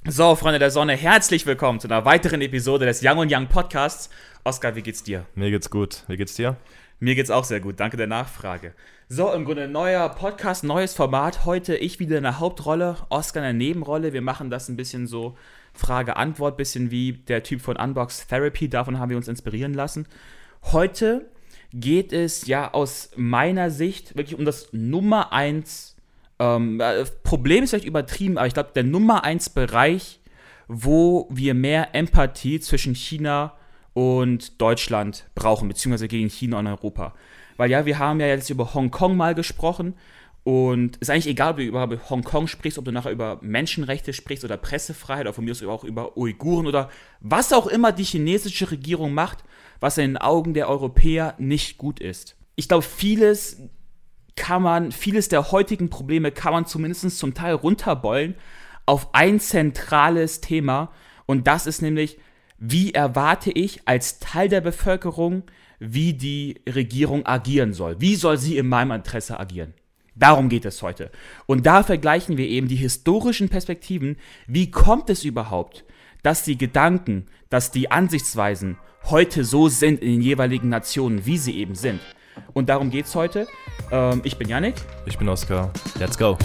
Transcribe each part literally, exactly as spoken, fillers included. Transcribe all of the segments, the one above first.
So, Freunde der Sonne, herzlich willkommen zu einer weiteren Episode des Young und Young Podcasts. Oskar, wie geht's dir? Mir geht's gut. Wie geht's dir? Mir geht's auch sehr gut, danke der Nachfrage. So, im Grunde neuer Podcast, neues Format. Heute ich wieder in der Hauptrolle, Oskar in der Nebenrolle. Wir machen das ein bisschen so Frage-Antwort, bisschen wie der Typ von Unbox Therapy. Davon haben wir uns inspirieren lassen. Heute geht es ja aus meiner Sicht wirklich um das Nummer eins Ähm, Problem ist vielleicht übertrieben, aber ich glaube, der Nummer eins Bereich, wo wir mehr Empathie zwischen China und Deutschland brauchen, beziehungsweise gegen China und Europa. Weil ja, wir haben ja jetzt über Hongkong mal gesprochen und es ist eigentlich egal, ob du über Hongkong sprichst, ob du nachher über Menschenrechte sprichst oder Pressefreiheit oder von mir aus auch über Uiguren oder was auch immer die chinesische Regierung macht, was in den Augen der Europäer nicht gut ist. Ich glaube, vieles kann man, vieles der heutigen Probleme kann man zumindest zum Teil runterbeulen auf ein zentrales Thema und das ist nämlich, wie erwarte ich als Teil der Bevölkerung, wie die Regierung agieren soll. Wie soll sie in meinem Interesse agieren? Darum geht es heute. Und da vergleichen wir eben die historischen Perspektiven. Wie kommt es überhaupt, dass die Gedanken, dass die Ansichtsweisen heute so sind in den jeweiligen Nationen, wie sie eben sind? Und darum geht's heute. Ähm, ich bin Yannick. Ich bin Oskar. Let's go.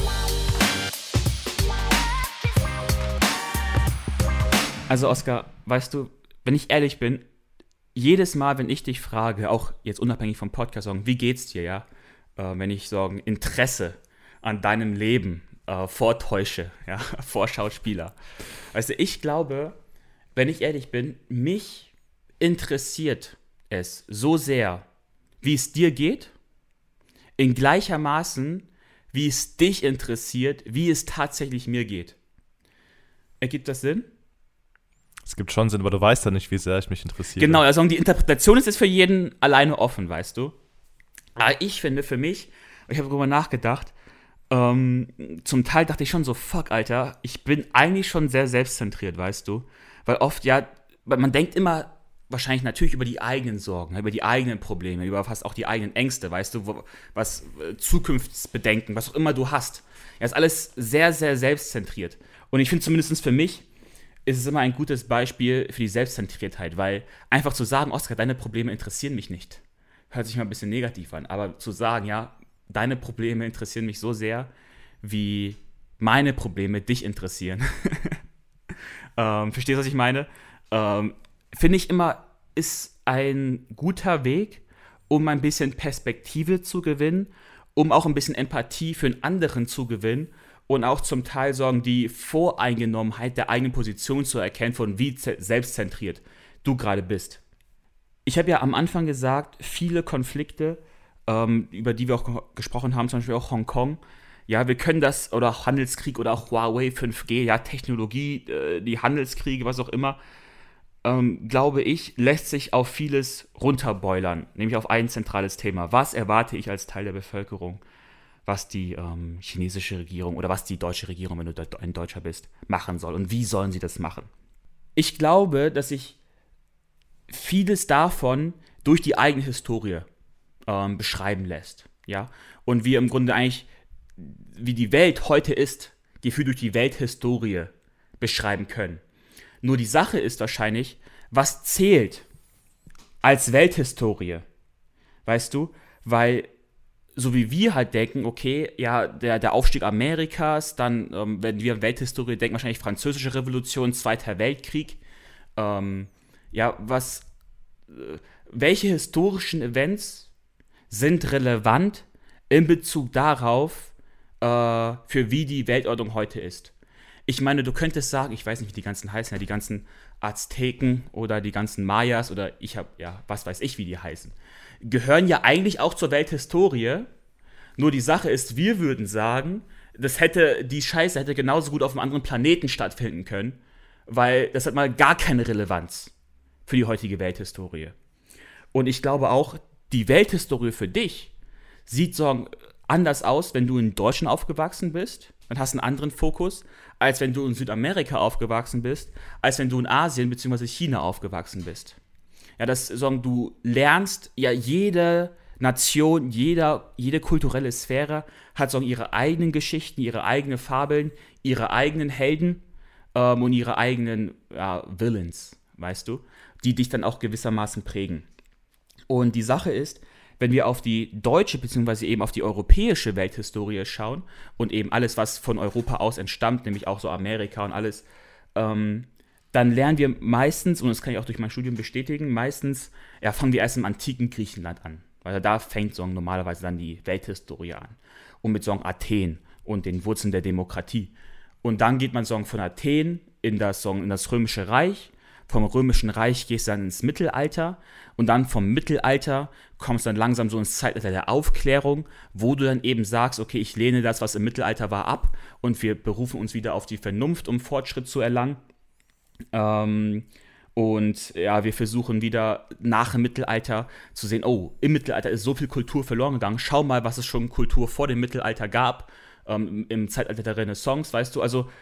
Also Oskar, weißt du, wenn ich ehrlich bin, jedes Mal, wenn ich dich frage, auch jetzt unabhängig vom Podcast, sagen, wie geht's dir, ja? Äh, wenn ich sagen, Interesse an deinem Leben äh, vortäusche, ja, vor Schauspieler. Weißt du, ich glaube, wenn ich ehrlich bin, mich interessiert es so sehr, wie es dir geht, in gleichermaßen, wie es dich interessiert, wie es tatsächlich mir geht. Ergibt das Sinn? Es gibt schon Sinn, aber du weißt ja nicht, wie sehr ich mich interessiere. Genau, also die Interpretation ist jetzt für jeden alleine offen, weißt du. Aber ich finde für mich, ich habe darüber nachgedacht, ähm, zum Teil dachte ich schon so, fuck, Alter, ich bin eigentlich schon sehr selbstzentriert, weißt du. Weil oft, ja, man denkt immer, wahrscheinlich natürlich über die eigenen Sorgen, über die eigenen Probleme, über fast auch die eigenen Ängste, weißt du, wo, was äh, Zukunftsbedenken, was auch immer du hast. Ja, ist alles sehr, sehr selbstzentriert. Und ich finde zumindest für mich, ist es immer ein gutes Beispiel für die Selbstzentriertheit, weil einfach zu sagen, Oskar, deine Probleme interessieren mich nicht, hört sich mal ein bisschen negativ an, aber zu sagen, ja, deine Probleme interessieren mich so sehr, wie meine Probleme dich interessieren. ähm, verstehst du, was ich meine? Ähm, finde ich immer, ist ein guter Weg, um ein bisschen Perspektive zu gewinnen, um auch ein bisschen Empathie für einen anderen zu gewinnen und auch zum Teil sagen, die Voreingenommenheit der eigenen Position zu erkennen, von wie selbstzentriert du gerade bist. Ich habe ja am Anfang gesagt, viele Konflikte, ähm, über die wir auch gesprochen haben, zum Beispiel auch Hongkong, ja, wir können das, oder auch Handelskrieg oder auch Huawei fünf G, ja, Technologie, äh, die Handelskriege, was auch immer, Ähm, glaube ich, lässt sich auf vieles runterboilern, nämlich auf ein zentrales Thema. Was erwarte ich als Teil der Bevölkerung, was die ähm, chinesische Regierung oder was die deutsche Regierung, wenn du ein Deutscher bist, machen soll und wie sollen sie das machen? Ich glaube, dass sich vieles davon durch die eigene Historie ähm, beschreiben lässt, ja, und wir im Grunde eigentlich, wie die Welt heute ist, gefühlt durch die Welthistorie beschreiben können. Nur die Sache ist wahrscheinlich, was zählt als Welthistorie, weißt du? Weil, so wie wir halt denken, okay, ja, der, der Aufstieg Amerikas, dann, ähm, wenn wir an Welthistorie denken, wahrscheinlich Französische Revolution, Zweiter Weltkrieg, ähm, ja, was, äh, welche historischen Events sind relevant in Bezug darauf, äh, für wie die Weltordnung heute ist? Ich meine, du könntest sagen, ich weiß nicht, wie die ganzen heißen, ja, die ganzen Azteken oder die ganzen Mayas oder ich habe, ja, was weiß ich, wie die heißen, gehören ja eigentlich auch zur Welthistorie. Nur die Sache ist, wir würden sagen, das hätte, die Scheiße hätte genauso gut auf einem anderen Planeten stattfinden können, weil das hat mal gar keine Relevanz für die heutige Welthistorie. Und ich glaube auch, die Welthistorie für dich sieht so anders aus, wenn du in Deutschland aufgewachsen bist, dann hast du einen anderen Fokus, als wenn du in Südamerika aufgewachsen bist, als wenn du in Asien bzw. China aufgewachsen bist. Ja, das sagen, du lernst, ja, jede Nation, jeder, jede kulturelle Sphäre hat sagen, ihre eigenen Geschichten, ihre eigenen Fabeln, ihre eigenen Helden, ähm, und ihre eigenen ja, Villains, weißt du, die dich dann auch gewissermaßen prägen. Und die Sache ist, wenn wir auf die deutsche bzw. eben auf die europäische Welthistorie schauen und eben alles, was von Europa aus entstammt, nämlich auch so Amerika und alles, ähm, dann lernen wir meistens, und das kann ich auch durch mein Studium bestätigen, meistens ja, fangen wir erst im antiken Griechenland an. Weil da fängt so normalerweise dann die Welthistorie an. Und mit so Athen und den Wurzeln der Demokratie. Und dann geht man so von Athen in das, so in das Römische Reich. Vom Römischen Reich gehst du dann ins Mittelalter. Und dann vom Mittelalter kommst du dann langsam so ins Zeitalter der Aufklärung, wo du dann eben sagst, okay, ich lehne das, was im Mittelalter war, ab. Und wir berufen uns wieder auf die Vernunft, um Fortschritt zu erlangen. Ähm... Und ja, wir versuchen wieder nach dem Mittelalter zu sehen, oh, im Mittelalter ist so viel Kultur verloren gegangen. Schau mal, was es schon Kultur vor dem Mittelalter gab, ähm, im Zeitalter der Renaissance, weißt du. Also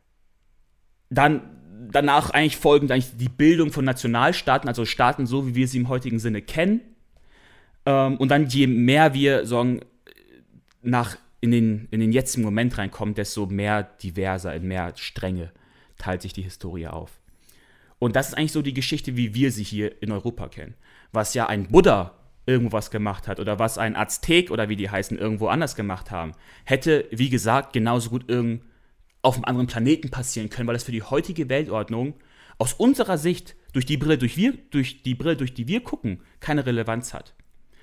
dann danach eigentlich folgend eigentlich die Bildung von Nationalstaaten, also Staaten so, wie wir sie im heutigen Sinne kennen. Ähm, und dann je mehr wir sagen, nach in den, in den jetzigen Moment reinkommen, desto mehr diverser, in mehr Stränge teilt sich die Historie auf. Und das ist eigentlich so die Geschichte, wie wir sie hier in Europa kennen. Was ja ein Buddha irgendwo was gemacht hat oder was ein Aztek oder wie die heißen irgendwo anders gemacht haben, hätte, wie gesagt, genauso gut irgend auf einem anderen Planeten passieren können, weil das für die heutige Weltordnung aus unserer Sicht, durch die Brille, durch, wir, durch die Brille, durch die wir gucken, keine Relevanz hat.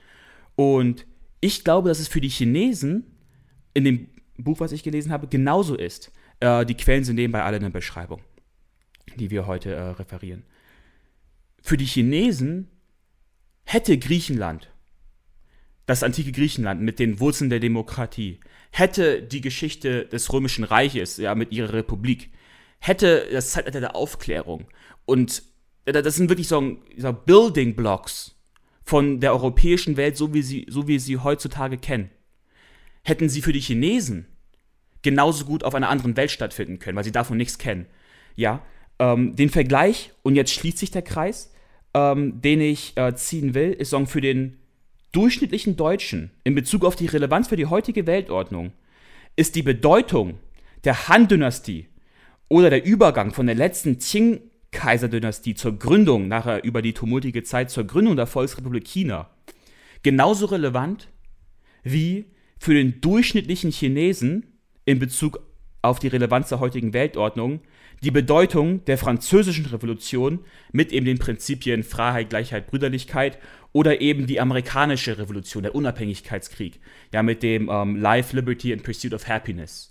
Und ich glaube, dass es für die Chinesen in dem Buch, was ich gelesen habe, genauso ist. Äh, die Quellen sind nebenbei alle in der Beschreibung, die wir heute äh, referieren. Für die Chinesen hätte Griechenland, das antike Griechenland mit den Wurzeln der Demokratie, hätte die Geschichte des Römischen Reiches, ja, mit ihrer Republik, hätte das Zeitalter der Aufklärung und das sind wirklich so, so Building Blocks von der europäischen Welt, so wie sie, so wie sie heutzutage kennen, hätten sie für die Chinesen genauso gut auf einer anderen Welt stattfinden können, weil sie davon nichts kennen. Ja, ähm, den Vergleich, und jetzt schließt sich der Kreis, ähm, den ich äh, ziehen will, ist so für den durchschnittlichen Deutschen in Bezug auf die Relevanz für die heutige Weltordnung, ist die Bedeutung der Han-Dynastie oder der Übergang von der letzten Qing-Kaiserdynastie zur Gründung, nachher über die tumultige Zeit zur Gründung der Volksrepublik China, genauso relevant wie für den durchschnittlichen Chinesen in Bezug auf die Relevanz der heutigen Weltordnung die Bedeutung der französischen Revolution mit eben den Prinzipien Freiheit, Gleichheit, Brüderlichkeit oder eben die amerikanische Revolution, der Unabhängigkeitskrieg, ja, mit dem ähm, Life, Liberty and Pursuit of Happiness.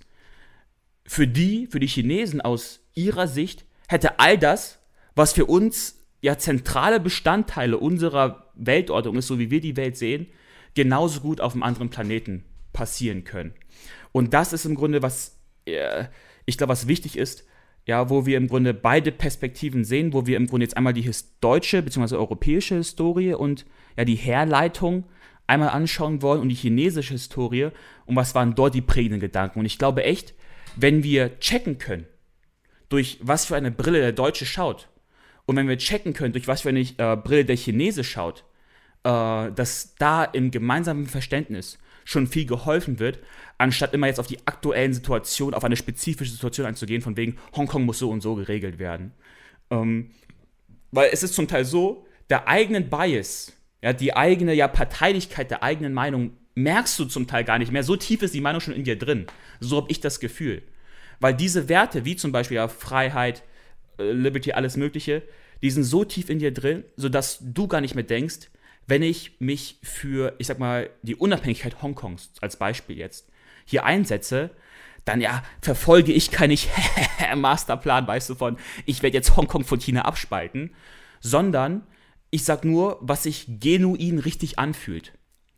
Für die, für die Chinesen aus ihrer Sicht hätte all das, was für uns ja zentrale Bestandteile unserer Weltordnung ist, so wie wir die Welt sehen, genauso gut auf einem anderen Planeten passieren können. Und das ist im Grunde, was äh, ich glaube, was wichtig ist, ja, wo wir im Grunde beide Perspektiven sehen, wo wir im Grunde jetzt einmal die his- deutsche bzw. europäische Historie und ja die Herleitung einmal anschauen wollen und die chinesische Historie und was waren dort die prägenden Gedanken. Und ich glaube echt, wenn wir checken können, durch was für eine Brille der Deutsche schaut und wenn wir checken können, durch was für eine äh, Brille der Chinese schaut, äh, dass da im gemeinsamen Verständnis schon viel geholfen wird, anstatt immer jetzt auf die aktuellen Situationen, auf eine spezifische Situation einzugehen, von wegen, Hongkong muss so und so geregelt werden. Ähm, weil es ist zum Teil so, der eigenen Bias, ja, die eigene ja, Parteilichkeit der eigenen Meinung merkst du zum Teil gar nicht mehr. So tief ist die Meinung schon in dir drin. So habe ich das Gefühl. Weil diese Werte, wie zum Beispiel ja, Freiheit, äh, Liberty, alles Mögliche, die sind so tief in dir drin, sodass du gar nicht mehr denkst, wenn ich mich für, ich sag mal, die Unabhängigkeit Hongkongs als Beispiel jetzt hier einsetze, dann ja, verfolge ich keinen Masterplan, weißt du, von, ich werde jetzt Hongkong von China abspalten, sondern ich sag nur, was sich genuin richtig anfühlt.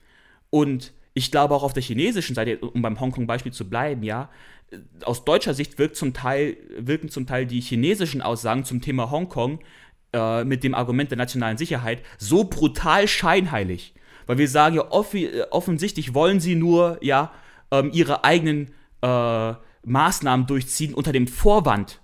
Und ich glaube auch auf der chinesischen Seite, um beim Hongkong-Beispiel zu bleiben, ja, aus deutscher Sicht wirkt zum Teil, wirken zum Teil die chinesischen Aussagen zum Thema Hongkong äh, mit dem Argument der nationalen Sicherheit so brutal scheinheilig. Weil wir sagen ja, off- offensichtlich wollen sie nur, ja, ähm, ihre eigenen äh, Maßnahmen durchziehen unter dem Vorwand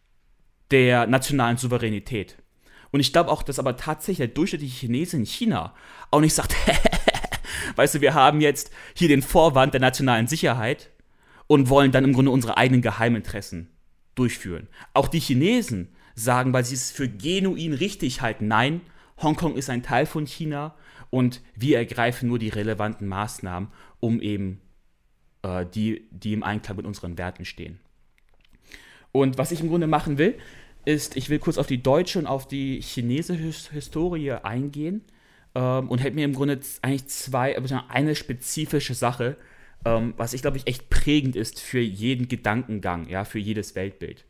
der nationalen Souveränität. Und ich glaube auch, dass aber tatsächlich der durchschnittliche Chinese in China auch nicht sagt, weißt du, wir haben jetzt hier den Vorwand der nationalen Sicherheit und wollen dann im Grunde unsere eigenen Geheiminteressen durchführen. Auch die Chinesen sagen, weil sie es für genuin richtig halten, nein, Hongkong ist ein Teil von China und wir ergreifen nur die relevanten Maßnahmen, um eben äh, die, die im Einklang mit unseren Werten stehen. Und was ich im Grunde machen will, ist, ich will kurz auf die deutsche und auf die chinesische Historie eingehen ähm, und hätte mir im Grunde eigentlich zwei, eine spezifische Sache, ähm, was ich glaube ich echt prägend ist für jeden Gedankengang, ja, für jedes Weltbild.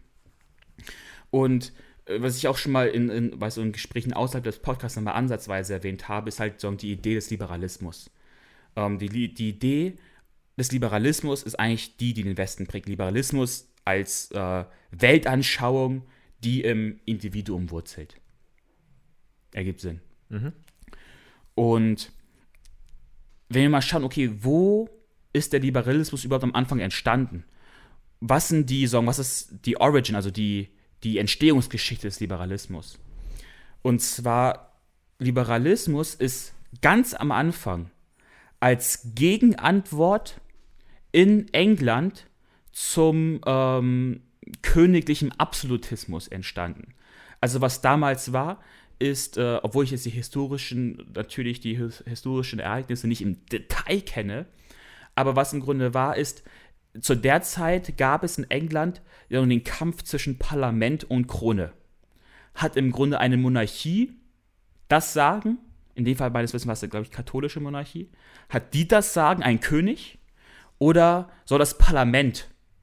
Und äh, was ich auch schon mal in, in, bei so in Gesprächen außerhalb des Podcasts nochmal ansatzweise erwähnt habe, ist halt so die Idee des Liberalismus. Ähm, die, die Idee des Liberalismus ist eigentlich die, die den Westen prägt. Liberalismus als äh, Weltanschauung, die im Individuum wurzelt. Ergibt Sinn. Mhm. Und wenn wir mal schauen, okay, wo ist der Liberalismus überhaupt am Anfang entstanden? Was sind die, sagen, was ist die Origin, also die, die Entstehungsgeschichte des Liberalismus? Und zwar, Liberalismus ist ganz am Anfang als Gegenantwort in England zum ähm, königlichen Absolutismus entstanden. Also was damals war, ist, äh, obwohl ich jetzt die historischen, natürlich die his- historischen Ereignisse nicht im Detail kenne, aber was im Grunde war, ist, zu der Zeit gab es in England ja, den Kampf zwischen Parlament und Krone. Hat im Grunde eine Monarchie das Sagen, in dem Fall meines Wissens war es, glaube ich, katholische Monarchie, hat die das Sagen, ein König, oder soll das Parlament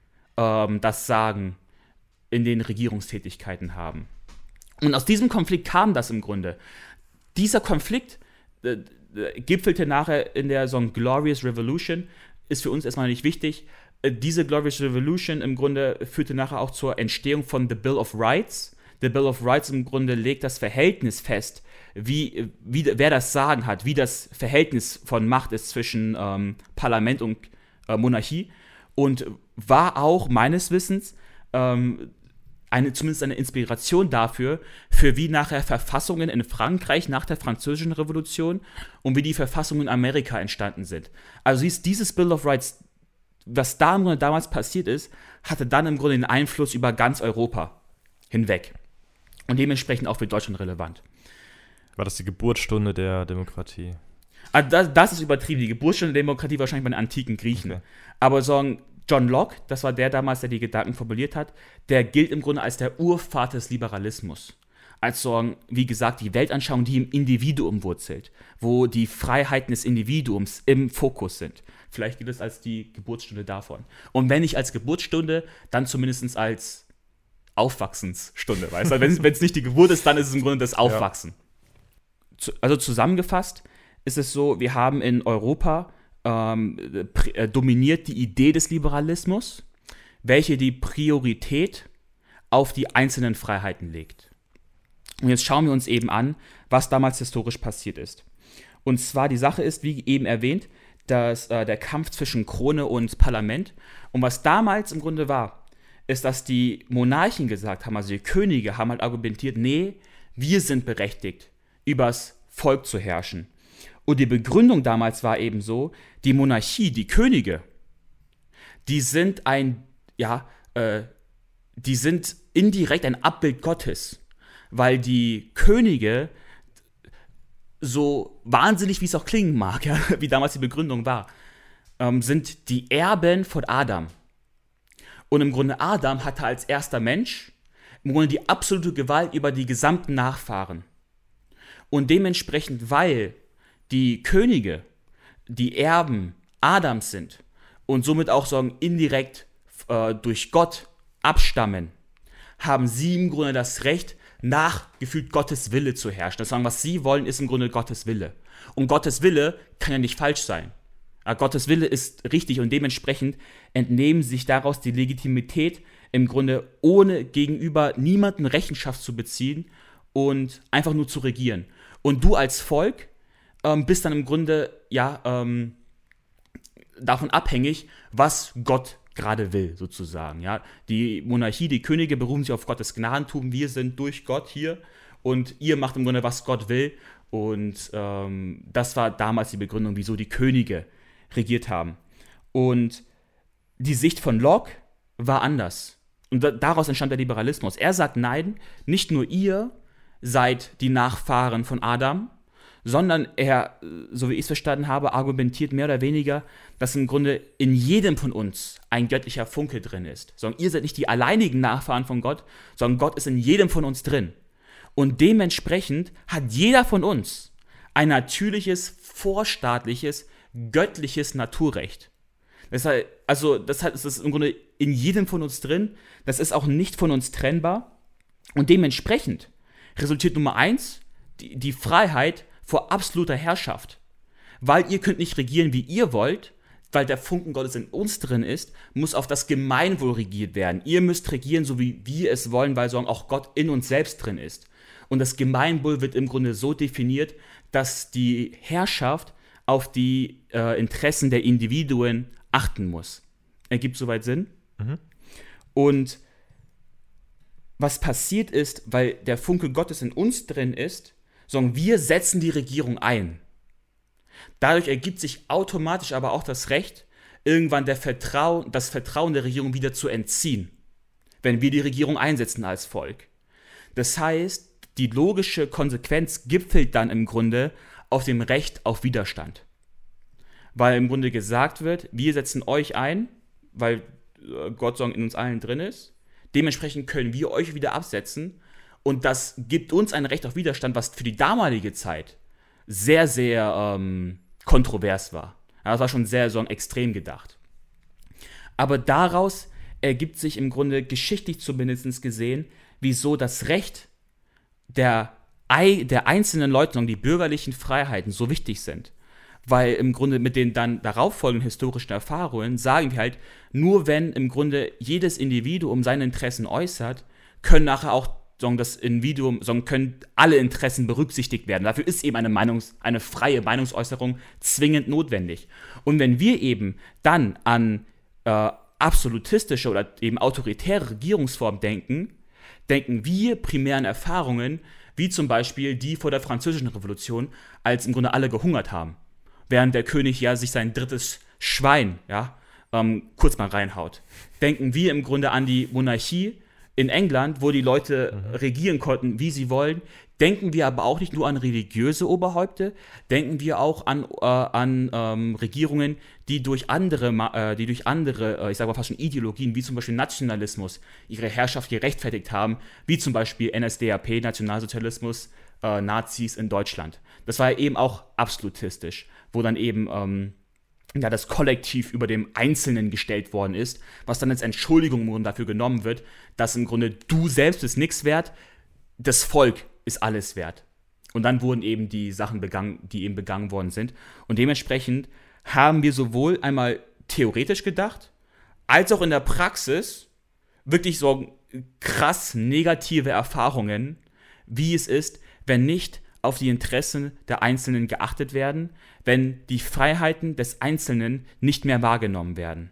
ähm, das Sagen in den Regierungstätigkeiten haben? Und aus diesem Konflikt kam das im Grunde. Dieser Konflikt äh, äh, gipfelte nachher in der so Glorious Revolution, ist für uns erstmal nicht wichtig. Äh, diese Glorious Revolution im Grunde führte nachher auch zur Entstehung von The Bill of Rights. The Bill of Rights im Grunde legt das Verhältnis fest, wie, wie, wer das Sagen hat, wie das Verhältnis von Macht ist zwischen ähm, Parlament und äh, Monarchie, und war auch meines Wissens ähm, eine, zumindest eine Inspiration dafür, für wie nachher Verfassungen in Frankreich nach der Französischen Revolution und wie die Verfassungen in Amerika entstanden sind. Also dieses Bill of Rights, was da im Grunde damals passiert ist, hatte dann im Grunde den Einfluss über ganz Europa hinweg und dementsprechend auch für Deutschland relevant. War das die Geburtsstunde der Demokratie? Also das, das ist übertrieben. Die Geburtsstunde der Demokratie wahrscheinlich bei den antiken Griechen. Okay. Aber so John Locke, das war der damals, der die Gedanken formuliert hat, der gilt im Grunde als der Urvater des Liberalismus. Als so, wie gesagt, die Weltanschauung, die im Individuum wurzelt, wo die Freiheiten des Individuums im Fokus sind. Vielleicht gilt es als die Geburtsstunde davon. Und wenn nicht als Geburtsstunde, dann zumindest als Aufwachsensstunde. Weißt du? Wenn es nicht die Geburt ist, dann ist es im Grunde das Aufwachsen. Ja. Also zusammengefasst ist es so, wir haben in Europa ähm, pr- äh, dominiert die Idee des Liberalismus, welche die Priorität auf die einzelnen Freiheiten legt. Und jetzt schauen wir uns eben an, was damals historisch passiert ist. Und zwar die Sache ist, wie eben erwähnt, dass, äh, der Kampf zwischen Krone und Parlament. Und was damals im Grunde war, ist, dass die Monarchen gesagt haben, also die Könige haben halt argumentiert, nee, wir sind berechtigt, übers Volk zu herrschen. Und die Begründung damals war eben so, die Monarchie, die Könige, die sind ein, ja, äh, die sind indirekt ein Abbild Gottes, weil die Könige, so wahnsinnig wie es auch klingen mag, ja, wie damals die Begründung war, ähm, sind die Erben von Adam. Und im Grunde Adam hatte als erster Mensch im Grunde die absolute Gewalt über die gesamten Nachfahren. Und dementsprechend, weil die Könige die Erben Adams sind und somit auch so indirekt äh, durch Gott abstammen, haben sie im Grunde das Recht, nach gefühlt Gottes Wille zu herrschen. Das sagen, was sie wollen, ist im Grunde Gottes Wille. Und Gottes Wille kann ja nicht falsch sein. Aber Gottes Wille ist richtig und dementsprechend entnehmen sie sich daraus die Legitimität, im Grunde ohne gegenüber niemanden Rechenschaft zu beziehen und einfach nur zu regieren. Und du als Volk ähm, bist dann im Grunde ja ähm, davon abhängig, was Gott gerade will, sozusagen. Ja? Die Monarchie, die Könige berufen sich auf Gottes Gnadentum. Wir sind durch Gott hier und ihr macht im Grunde, was Gott will. Und ähm, das war damals die Begründung, wieso die Könige regiert haben. Und die Sicht von Locke war anders. Und da, daraus entstand der Liberalismus. Er sagt, nein, nicht nur ihr seid die Nachfahren von Adam, sondern er, so wie ich es verstanden habe, argumentiert mehr oder weniger, dass im Grunde in jedem von uns ein göttlicher Funke drin ist. Sondern ihr seid nicht die alleinigen Nachfahren von Gott, sondern Gott ist in jedem von uns drin. Und dementsprechend hat jeder von uns ein natürliches, vorstaatliches, göttliches Naturrecht. Das heißt, also das heißt, es ist im Grunde in jedem von uns drin, das ist auch nicht von uns trennbar. Und dementsprechend resultiert Nummer eins die, die Freiheit vor absoluter Herrschaft. Weil ihr könnt nicht regieren, wie ihr wollt, weil der Funken Gottes in uns drin ist, muss auf das Gemeinwohl regiert werden. Ihr müsst regieren, so wie wir es wollen, weil so auch Gott in uns selbst drin ist. Und das Gemeinwohl wird im Grunde so definiert, dass die Herrschaft auf die äh, Interessen der Individuen achten muss. Ergibt soweit Sinn? Mhm. Und was passiert ist, weil der Funke Gottes in uns drin ist, sondern wir setzen die Regierung ein. Dadurch ergibt sich automatisch aber auch das Recht, irgendwann der Vertrau- das Vertrauen der Regierung wieder zu entziehen, wenn wir die Regierung einsetzen als Volk. Das heißt, die logische Konsequenz gipfelt dann im Grunde auf dem Recht auf Widerstand. Weil im Grunde gesagt wird, wir setzen euch ein, weil Gott in uns allen drin ist. Dementsprechend können wir euch wieder absetzen. Und das gibt uns ein Recht auf Widerstand, was für die damalige Zeit sehr, sehr ähm, kontrovers war. Ja, das war schon sehr so extrem gedacht. Aber daraus ergibt sich im Grunde geschichtlich zumindest gesehen, wieso das Recht der, der einzelnen Leute, die bürgerlichen Freiheiten so wichtig sind. Weil im Grunde mit den dann darauffolgenden historischen Erfahrungen sagen wir halt, nur wenn im Grunde jedes Individuum seine Interessen äußert, können nachher auch sagen, das Individuum, sagen, können alle Interessen berücksichtigt werden. Dafür ist eben eine, Meinungs-, eine freie Meinungsäußerung zwingend notwendig. Und wenn wir eben dann an äh, absolutistische oder eben autoritäre Regierungsformen denken, denken wir primär an Erfahrungen, wie zum Beispiel die vor der Französischen Revolution, als im Grunde alle gehungert haben. Während der König ja sich sein drittes Schwein, ja, ähm, kurz mal reinhaut. Denken wir im Grunde an die Monarchie in England, wo die Leute mhm. regieren konnten, wie sie wollen. Denken wir aber auch nicht nur an religiöse Oberhäupte, denken wir auch an, äh, an ähm, Regierungen, die durch andere, äh, die durch andere, äh, ich sage mal fast schon Ideologien, wie zum Beispiel Nationalismus, ihre Herrschaft gerechtfertigt haben, wie zum Beispiel N S D A P, Nationalsozialismus, äh, Nazis in Deutschland. Das war eben auch absolutistisch, wo dann eben ähm, ja, das Kollektiv über dem Einzelnen gestellt worden ist, was dann als Entschuldigung dafür genommen wird, dass im Grunde du selbst bist nichts wert, das Volk ist alles wert. Und dann wurden eben die Sachen begangen, die eben begangen worden sind. Und dementsprechend haben wir sowohl einmal theoretisch gedacht, als auch in der Praxis wirklich so krass negative Erfahrungen, wie es ist, wenn nicht auf die Interessen der Einzelnen geachtet werden, wenn die Freiheiten des Einzelnen nicht mehr wahrgenommen werden.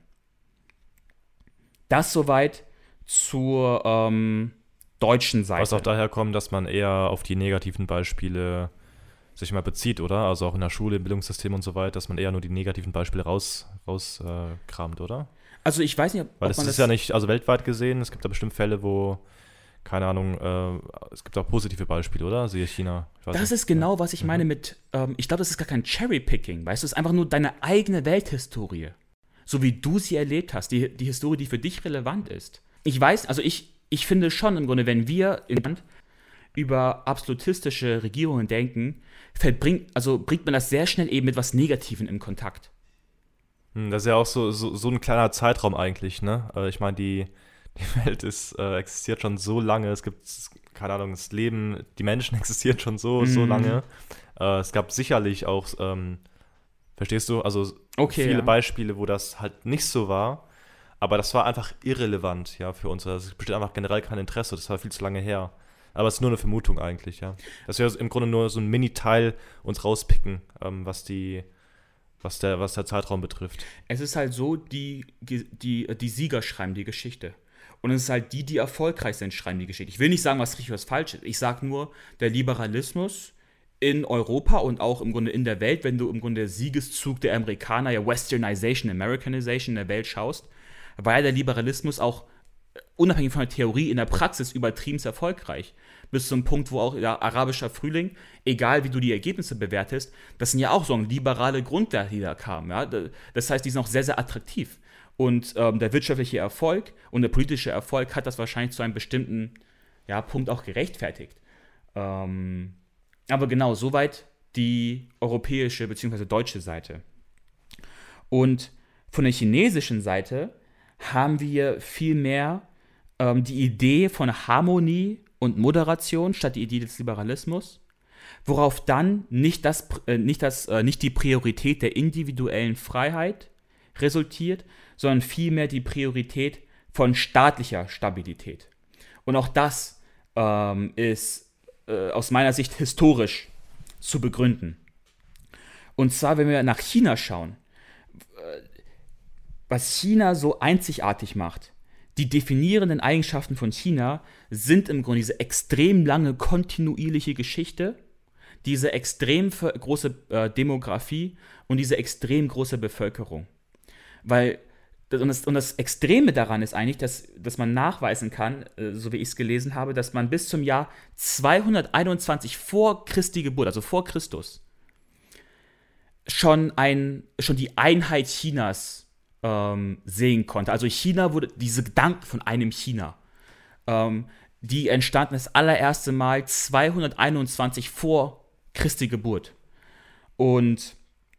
Das soweit zur ähm, deutschen Seite. Was auch daher kommt, dass man eher auf die negativen Beispiele sich mal bezieht, oder? Also auch in der Schule, im Bildungssystem und so weiter, dass man eher nur die negativen Beispiele raus, rauskramt, äh, oder? Also ich weiß nicht, ob, Weil ob das man ist das ja nicht, also weltweit gesehen, es gibt da bestimmt Fälle, wo, keine Ahnung, äh, es gibt auch positive Beispiele, oder? Siehe China. Ich weiß das nicht. ist genau, was ich Mhm. meine mit, ähm, ich glaube, das ist gar kein Cherry-Picking, weißt du, es ist einfach nur deine eigene Welthistorie. So wie du sie erlebt hast, die, die Historie, die für dich relevant ist. Ich weiß, also ich, ich finde schon im Grunde, wenn wir in Land über absolutistische Regierungen denken, verbringt, also bringt man das sehr schnell eben mit was Negativem in Kontakt. Hm, Das ist ja auch so, so, so ein kleiner Zeitraum eigentlich, ne? Äh, Ich meine, die, die Welt ist, äh, existiert schon so lange, es gibt, keine Ahnung, das Leben, die Menschen existieren schon so, so Mhm. lange. Äh, es gab sicherlich auch, ähm, verstehst du, also Okay, viele ja. Beispiele, wo das halt nicht so war, aber das war einfach irrelevant, ja, für uns. Also es besteht einfach generell kein Interesse, das war viel zu lange her. Aber es ist nur eine Vermutung eigentlich, ja. Dass wir im Grunde nur so ein Mini-Teil uns rauspicken, ähm, was die, was der, was der Zeitraum betrifft. Es ist halt so, die, die, die Sieger schreiben die Geschichte. Und es ist halt die, die erfolgreich sind, schreiben die Geschichte. Ich will nicht sagen, was richtig oder was falsch ist. Ich sage nur, der Liberalismus in Europa und auch im Grunde in der Welt, wenn du im Grunde der Siegeszug der Amerikaner, ja Westernization, Americanization in der Welt schaust, war ja der Liberalismus auch unabhängig von der Theorie, in der Praxis übertrieben erfolgreich. Bis zum Punkt, wo auch ja, arabischer Frühling, egal wie du die Ergebnisse bewertest, das sind ja auch so liberale Grundwerte, die da kamen. Ja? Das heißt, die sind auch sehr, sehr attraktiv. Und ähm, der wirtschaftliche Erfolg und der politische Erfolg hat das wahrscheinlich zu einem bestimmten ja, Punkt auch gerechtfertigt. Ähm, aber genau, soweit die europäische bzw. deutsche Seite. Und von der chinesischen Seite haben wir vielmehr ähm, die Idee von Harmonie und Moderation statt die Idee des Liberalismus, worauf dann nicht, das, äh, nicht, das, äh, nicht die Priorität der individuellen Freiheit resultiert, sondern vielmehr die Priorität von staatlicher Stabilität. Und auch das ähm, ist äh, aus meiner Sicht historisch zu begründen. Und zwar, wenn wir nach China schauen, was China so einzigartig macht, die definierenden Eigenschaften von China sind im Grunde diese extrem lange kontinuierliche Geschichte, diese extrem große äh, Demografie und diese extrem große Bevölkerung. Weil, und das, und das Extreme daran ist eigentlich, dass, dass man nachweisen kann, äh, so wie ich es gelesen habe, dass man bis zum Jahr zweihunderteinundzwanzig vor Christi Geburt, also vor Christus, schon, ein, schon die Einheit Chinas ähm, sehen konnte. Also China wurde, diese Gedanken von einem China, ähm, die entstanden das allererste Mal zweihunderteinundzwanzig vor Christi Geburt. Und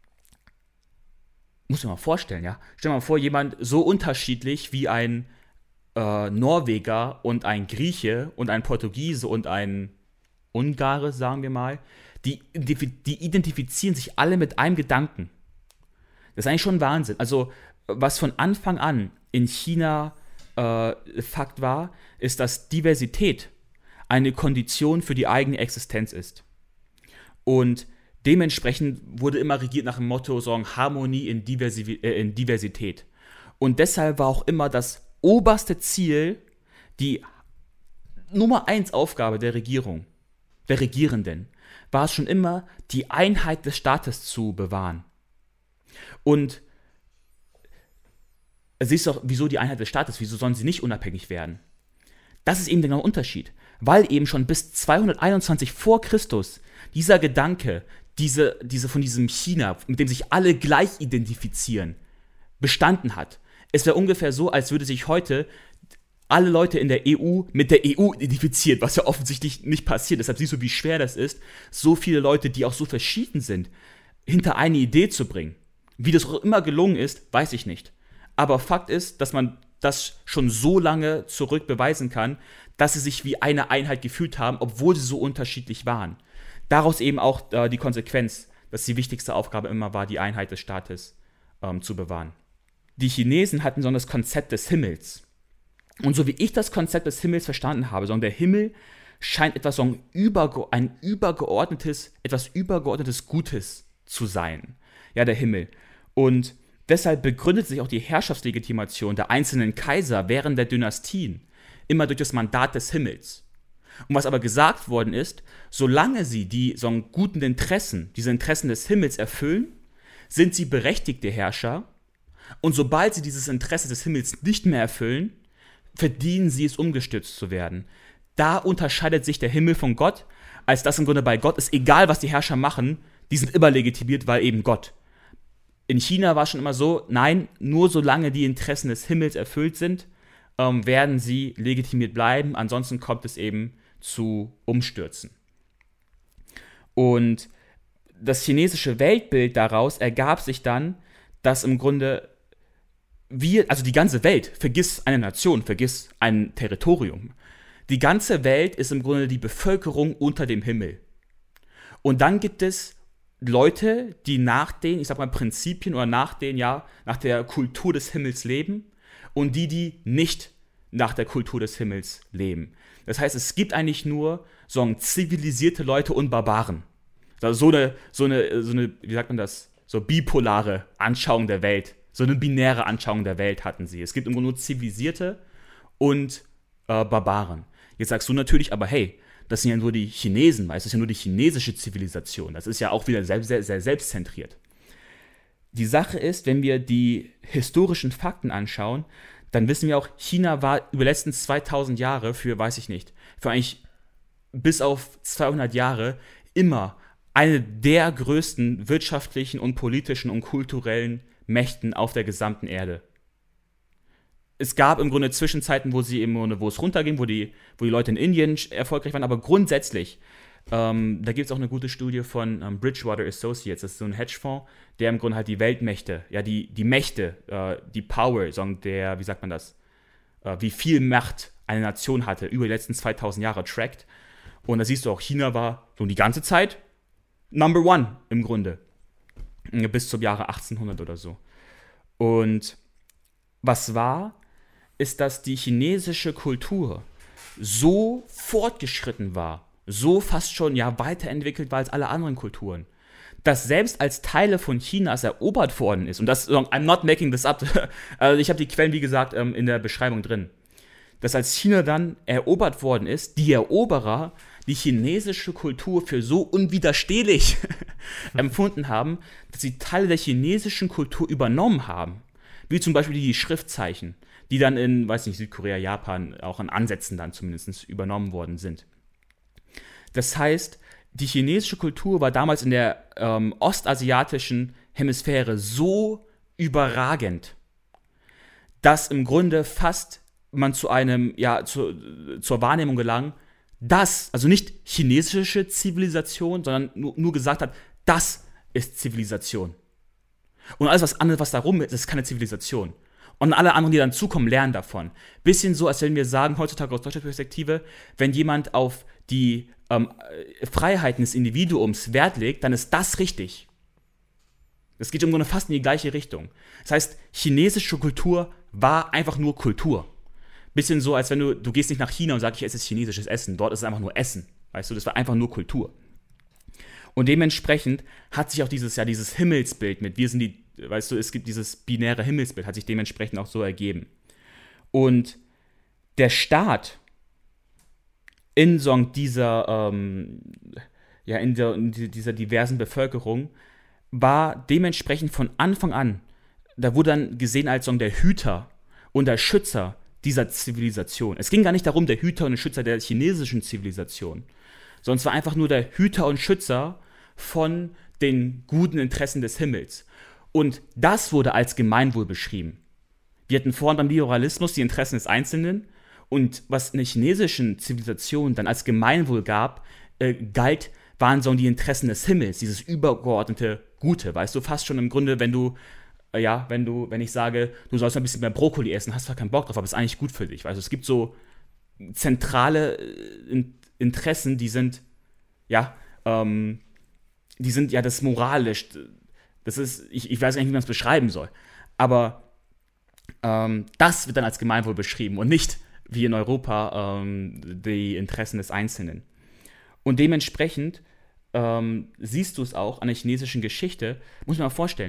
muss man mal vorstellen, ja. Stell dir mal vor, jemand so unterschiedlich wie ein äh, Norweger und ein Grieche und ein Portugiese und ein Ungare, sagen wir mal, die, die identifizieren sich alle mit einem Gedanken. Das ist eigentlich schon Wahnsinn. Also, was von Anfang an in China äh, Fakt war, ist, dass Diversität eine Kondition für die eigene Existenz ist. Und dementsprechend wurde immer regiert nach dem Motto, so Harmonie in, Diversi- äh, in Diversität. Und deshalb war auch immer das oberste Ziel, die Nummer eins Aufgabe der Regierung, der Regierenden, war es schon immer, die Einheit des Staates zu bewahren. Und siehst du auch, wieso die Einheit des Staates, wieso sollen sie nicht unabhängig werden? Das ist eben der genaue Unterschied, weil eben schon bis zweihunderteinundzwanzig vor Christus dieser Gedanke, diese, diese von diesem China, mit dem sich alle gleich identifizieren, bestanden hat. Es wäre ungefähr so, als würde sich heute alle Leute in der E U mit der E U identifizieren, was ja offensichtlich nicht passiert. Deshalb siehst du, wie schwer das ist, so viele Leute, die auch so verschieden sind, hinter eine Idee zu bringen. Wie das auch immer gelungen ist, weiß ich nicht. Aber Fakt ist, dass man das schon so lange zurück beweisen kann, dass sie sich wie eine Einheit gefühlt haben, obwohl sie so unterschiedlich waren. Daraus eben auch äh, die Konsequenz, dass die wichtigste Aufgabe immer war, die Einheit des Staates ähm, zu bewahren. Die Chinesen hatten so das Konzept des Himmels. Und so wie ich das Konzept des Himmels verstanden habe, so der Himmel scheint etwas so ein, überge- ein übergeordnetes, etwas übergeordnetes Gutes zu sein. Ja, der Himmel. Und deshalb begründet sich auch die Herrschaftslegitimation der einzelnen Kaiser während der Dynastien immer durch das Mandat des Himmels. Und was aber gesagt worden ist, solange sie die so einen guten Interessen, diese Interessen des Himmels erfüllen, sind sie berechtigte Herrscher. Und sobald sie dieses Interesse des Himmels nicht mehr erfüllen, verdienen sie es, umgestürzt zu werden. Da unterscheidet sich der Himmel von Gott, als das im Grunde bei Gott ist, egal was die Herrscher machen, die sind immer legitimiert, weil eben Gott. In China war es schon immer so, nein, nur solange die Interessen des Himmels erfüllt sind, ähm, werden sie legitimiert bleiben, ansonsten kommt es eben zu Umstürzen. Und das chinesische Weltbild daraus ergab sich dann, dass im Grunde wir, also die ganze Welt, vergiss eine Nation, vergiss ein Territorium. Die ganze Welt ist im Grunde die Bevölkerung unter dem Himmel. Und dann gibt es Leute, die nach den, ich sag mal, Prinzipien oder nach den, ja, nach der Kultur des Himmels leben und die, die nicht nach der Kultur des Himmels leben. Das heißt, es gibt eigentlich nur so ein zivilisierte Leute und Barbaren. Also so eine, so eine, so eine, wie sagt man das, so bipolare Anschauung der Welt, so eine binäre Anschauung der Welt hatten sie. Es gibt immer nur Zivilisierte und äh, Barbaren. Jetzt sagst du natürlich, aber hey, das sind ja nur die Chinesen, weißt du, das ist ja nur die chinesische Zivilisation. Das ist ja auch wieder sehr, sehr, sehr selbstzentriert. Die Sache ist, wenn wir die historischen Fakten anschauen, dann wissen wir auch, China war über die letzten zweitausend Jahre für, weiß ich nicht, für eigentlich bis auf zweihundert Jahre immer eine der größten wirtschaftlichen und politischen und kulturellen Mächten auf der gesamten Erde. Es gab im Grunde Zwischenzeiten, wo sie im Grunde, wo es runterging, wo die, wo die Leute in Indien erfolgreich waren, aber grundsätzlich, ähm, da gibt es auch eine gute Studie von ähm, Bridgewater Associates, das ist so ein Hedgefonds, der im Grunde halt die Weltmächte, ja, die, die Mächte, äh, die Power, sagen der, wie sagt man das, äh, wie viel Macht eine Nation hatte, über die letzten zweitausend Jahre trackt. Und da siehst du auch, China war so die ganze Zeit Number One im Grunde. Bis zum Jahre achtzehnhundert oder so. Und was war, ist, dass die chinesische Kultur so fortgeschritten war, so fast schon ja weiterentwickelt war als alle anderen Kulturen, dass selbst als Teile von Chinas erobert worden ist, und das, I'm not making this up, also ich habe die Quellen, wie gesagt, in der Beschreibung drin, dass als China dann erobert worden ist, die Eroberer die chinesische Kultur für so unwiderstehlich empfunden haben, dass sie Teile der chinesischen Kultur übernommen haben. Wie zum Beispiel die Schriftzeichen, die dann in, weiß nicht, Südkorea, Japan, auch in Ansätzen dann zumindest übernommen worden sind. Das heißt, die chinesische Kultur war damals in der ähm, ostasiatischen Hemisphäre so überragend, dass im Grunde fast man zu einem, ja, zu, zur Wahrnehmung gelang, das, also nicht chinesische Zivilisation, sondern nur, nur gesagt hat, das ist Zivilisation. Und alles was andere, was darum ist, ist keine Zivilisation. Und alle anderen, die dann zukommen, lernen davon. Bisschen so, als wenn wir sagen, heutzutage aus deutscher Perspektive, wenn jemand auf die ähm, Freiheiten des Individuums Wert legt, dann ist das richtig. Das geht im Grunde fast in die gleiche Richtung. Das heißt, chinesische Kultur war einfach nur Kultur. Bisschen so, als wenn du, du gehst nicht nach China und sagst, ich esse chinesisches Essen. Dort ist es einfach nur Essen. Weißt du, das war einfach nur Kultur. Und dementsprechend hat sich auch dieses, ja, dieses Himmelsbild mit, wir sind die, weißt du, es gibt dieses binäre Himmelsbild, hat sich dementsprechend auch so ergeben. Und der Staat in so dieser, ähm, ja, in, der, in dieser diversen Bevölkerung war dementsprechend von Anfang an, da wurde dann gesehen als so der Hüter und der Schützer dieser Zivilisation. Es ging gar nicht darum, der Hüter und der Schützer der chinesischen Zivilisation, sondern es war einfach nur der Hüter und Schützer von den guten Interessen des Himmels. Und das wurde als Gemeinwohl beschrieben. Wir hatten vorhin beim Liberalismus die Interessen des Einzelnen und was in der chinesischen Zivilisation dann als Gemeinwohl gab, äh, galt, waren so die Interessen des Himmels, dieses übergeordnete Gute, weißt du, fast schon im Grunde, wenn du ja, wenn du, wenn ich sage, du sollst ein bisschen mehr Brokkoli essen, hast du keinen Bock drauf, aber ist eigentlich gut für dich. Also es gibt so zentrale Interessen, die sind, ja, ähm, die sind ja das moralisch, das ist, ich, ich weiß gar nicht, wie man es beschreiben soll, aber ähm, das wird dann als Gemeinwohl beschrieben und nicht, wie in Europa, ähm, die Interessen des Einzelnen. Und dementsprechend ähm, siehst du es auch an der chinesischen Geschichte, muss man mal vorstellen,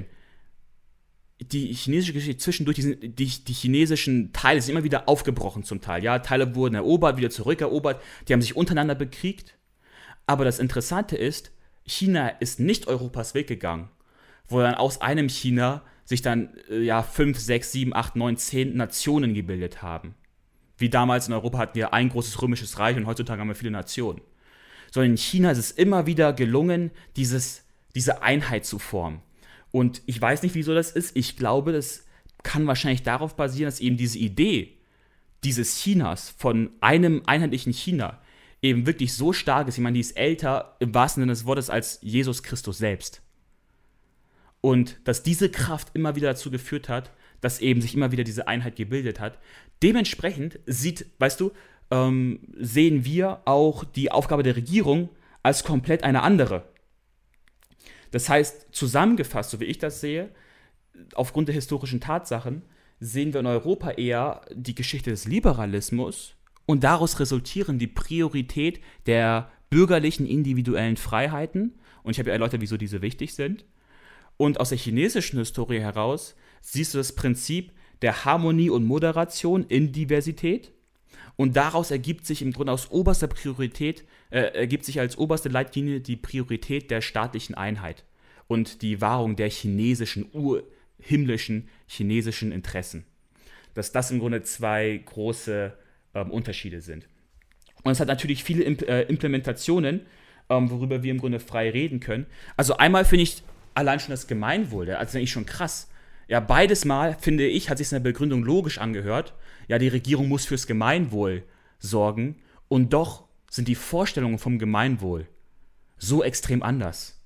die chinesische Geschichte zwischendurch, die, sind, die, die chinesischen Teile sind immer wieder aufgebrochen zum Teil. Ja, Teile wurden erobert, wieder zurückerobert, die haben sich untereinander bekriegt. Aber das Interessante ist, China ist nicht Europas Weg gegangen, wo dann aus einem China sich dann äh, ja, fünf, sechs, sieben, acht, neun, zehn Nationen gebildet haben. Wie damals in Europa hatten wir ein großes römisches Reich und heutzutage haben wir viele Nationen. Sondern in China ist es immer wieder gelungen, dieses, diese Einheit zu formen. Und ich weiß nicht, wieso das ist. Ich glaube, das kann wahrscheinlich darauf basieren, dass eben diese Idee dieses Chinas, von einem einheitlichen China, eben wirklich so stark ist. Ich meine, die ist älter im wahrsten Sinne des Wortes als Jesus Christus selbst. Und dass diese Kraft immer wieder dazu geführt hat, dass eben sich immer wieder diese Einheit gebildet hat. Dementsprechend sieht, weißt du, ähm, sehen wir auch die Aufgabe der Regierung als komplett eine andere. Das heißt, zusammengefasst, so wie ich das sehe, aufgrund der historischen Tatsachen, sehen wir in Europa eher die Geschichte des Liberalismus und daraus resultieren die Priorität der bürgerlichen individuellen Freiheiten. Und ich habe ja erläutert, wieso diese wichtig sind. Und aus der chinesischen Historie heraus siehst du das Prinzip der Harmonie und Moderation in Diversität. Und daraus ergibt sich im Grunde aus oberster Priorität, äh, ergibt sich als oberste Leitlinie die Priorität der staatlichen Einheit und die Wahrung der chinesischen, urhimmlischen chinesischen Interessen. Dass das im Grunde zwei große ähm, Unterschiede sind. Und es hat natürlich viele Imp- äh, Implementationen, ähm, worüber wir im Grunde frei reden können. Also einmal finde ich allein schon das Gemeinwohl, das ist eigentlich schon krass. Ja, beides Mal, finde ich, hat sich in der Begründung logisch angehört. Ja, die Regierung muss fürs Gemeinwohl sorgen. Und doch sind die Vorstellungen vom Gemeinwohl so extrem anders.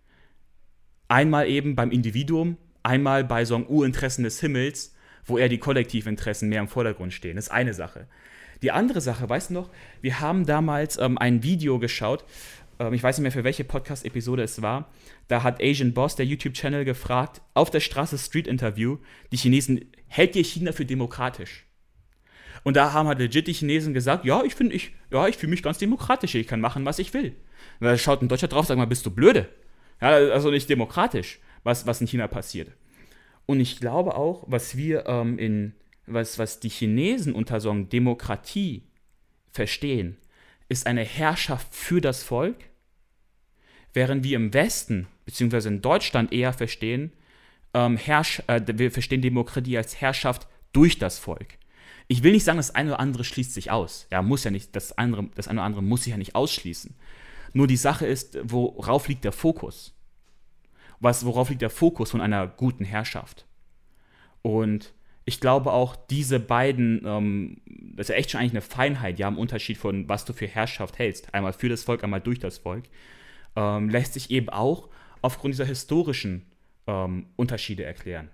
Einmal eben beim Individuum, einmal bei so einem Urinteressen des Himmels, wo eher die Kollektivinteressen mehr im Vordergrund stehen. Das ist eine Sache. Die andere Sache, weißt du noch, wir haben damals ähm, ein Video geschaut, ähm, ich weiß nicht mehr, für welche Podcast-Episode es war, da hat Asian Boss, der YouTube-Channel, gefragt, auf der Straße Street-Interview, die Chinesen, hält ihr China für demokratisch? Und da haben halt legit die Chinesen gesagt, ja, ich finde, ich, ja, ich fühle mich ganz demokratisch, ich kann machen, was ich will. Und da schaut ein Deutscher drauf, sagt mal, bist du blöde? Ja, also nicht demokratisch, was, was in China passiert. Und ich glaube auch, was wir ähm, in, was, was die Chinesen unter so einer Demokratie verstehen, ist eine Herrschaft für das Volk, während wir im Westen, beziehungsweise in Deutschland eher verstehen, ähm, Herrsch, äh, wir verstehen Demokratie als Herrschaft durch das Volk. Ich will nicht sagen, das eine oder andere schließt sich aus. Ja, muss ja nicht, das andere, das eine oder andere muss sich ja nicht ausschließen. Nur die Sache ist, worauf liegt der Fokus? Was, worauf liegt der Fokus von einer guten Herrschaft? Und ich glaube auch, diese beiden, ähm, das ist ja echt schon eigentlich eine Feinheit, ja, im Unterschied von, was du für Herrschaft hältst. Einmal für das Volk, einmal durch das Volk. Ähm, lässt sich eben auch aufgrund dieser historischen ähm, Unterschiede erklären.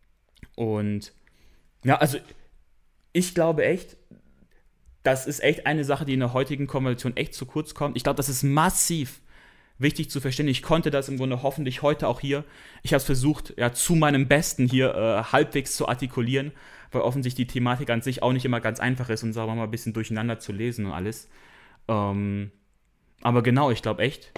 Und ja, also ich glaube echt, das ist echt eine Sache, die in der heutigen Konversation echt zu kurz kommt. Ich glaube, das ist massiv wichtig zu verstehen. Ich konnte das im Grunde hoffentlich heute auch hier. Ich habe es versucht, ja, zu meinem Besten hier äh, halbwegs zu artikulieren, weil offensichtlich die Thematik an sich auch nicht immer ganz einfach ist und sagen wir mal ein bisschen durcheinander zu lesen und alles. Ähm, aber genau, ich glaube echt,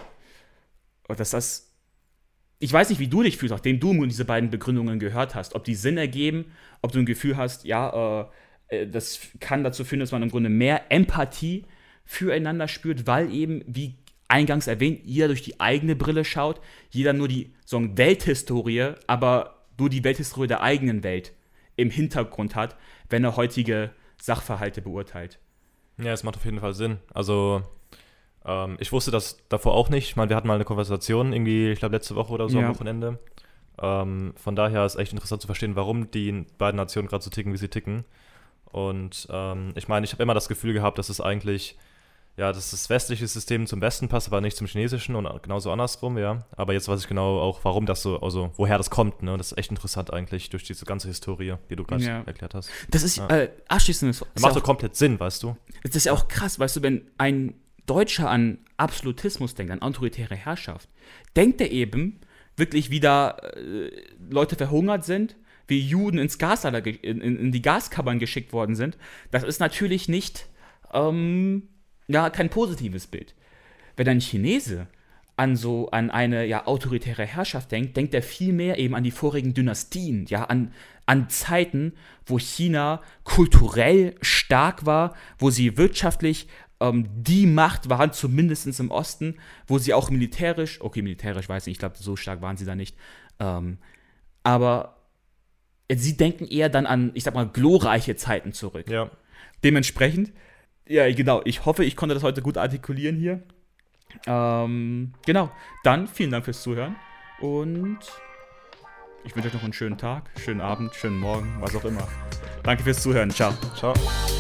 dass das, ich weiß nicht, wie du dich fühlst, nachdem du diese beiden Begründungen gehört hast, ob die Sinn ergeben, ob du ein Gefühl hast, ja, äh, das kann dazu führen, dass man im Grunde mehr Empathie füreinander spürt, weil eben, wie eingangs erwähnt, jeder durch die eigene Brille schaut, jeder nur die so eine Welthistorie, aber nur die Welthistorie der eigenen Welt im Hintergrund hat, wenn er heutige Sachverhalte beurteilt. Ja, es macht auf jeden Fall Sinn. Also, ähm, ich wusste das davor auch nicht. Ich meine, wir hatten mal eine Konversation, irgendwie, ich glaube, letzte Woche oder so, ja, am Wochenende. Ähm, von daher ist echt interessant zu verstehen, warum die beiden Nationen gerade so ticken, wie sie ticken. Und ähm, ich meine, ich habe immer das Gefühl gehabt, dass es eigentlich, ja, dass das westliche System zum Westen passt, aber nicht zum chinesischen und genauso andersrum, ja. Aber jetzt weiß ich genau auch, warum das so, also woher das kommt, ne? Das ist echt interessant eigentlich, durch diese ganze Historie, die du gerade ja. erklärt hast. Das ist, ja. äh, abschließend, das macht doch komplett Sinn, weißt du? Das ist ja auch krass, weißt du, wenn ein Deutscher an Absolutismus denkt, an autoritäre Herrschaft, denkt er eben wirklich, wie da äh, Leute verhungert sind, wie Juden ins Gaslager, in, in, in die Gaskammern geschickt worden sind. Das ist natürlich nicht, ähm, ja, kein positives Bild. Wenn ein Chinese an so, an eine, ja, autoritäre Herrschaft denkt, denkt er viel mehr eben an die vorigen Dynastien, ja, an, an Zeiten, wo China kulturell stark war, wo sie wirtschaftlich ähm, die Macht waren, zumindest im Osten, wo sie auch militärisch, okay, militärisch weiß ich, ich glaube, so stark waren sie da nicht, ähm, aber sie denken eher dann an, ich sag mal, glorreiche Zeiten zurück. Ja. Dementsprechend, ja, genau, ich hoffe, ich konnte das heute gut artikulieren hier. Ähm, genau, dann vielen Dank fürs Zuhören und ich wünsche euch noch einen schönen Tag, schönen Abend, schönen Morgen, was auch immer. Danke fürs Zuhören, ciao. Ciao.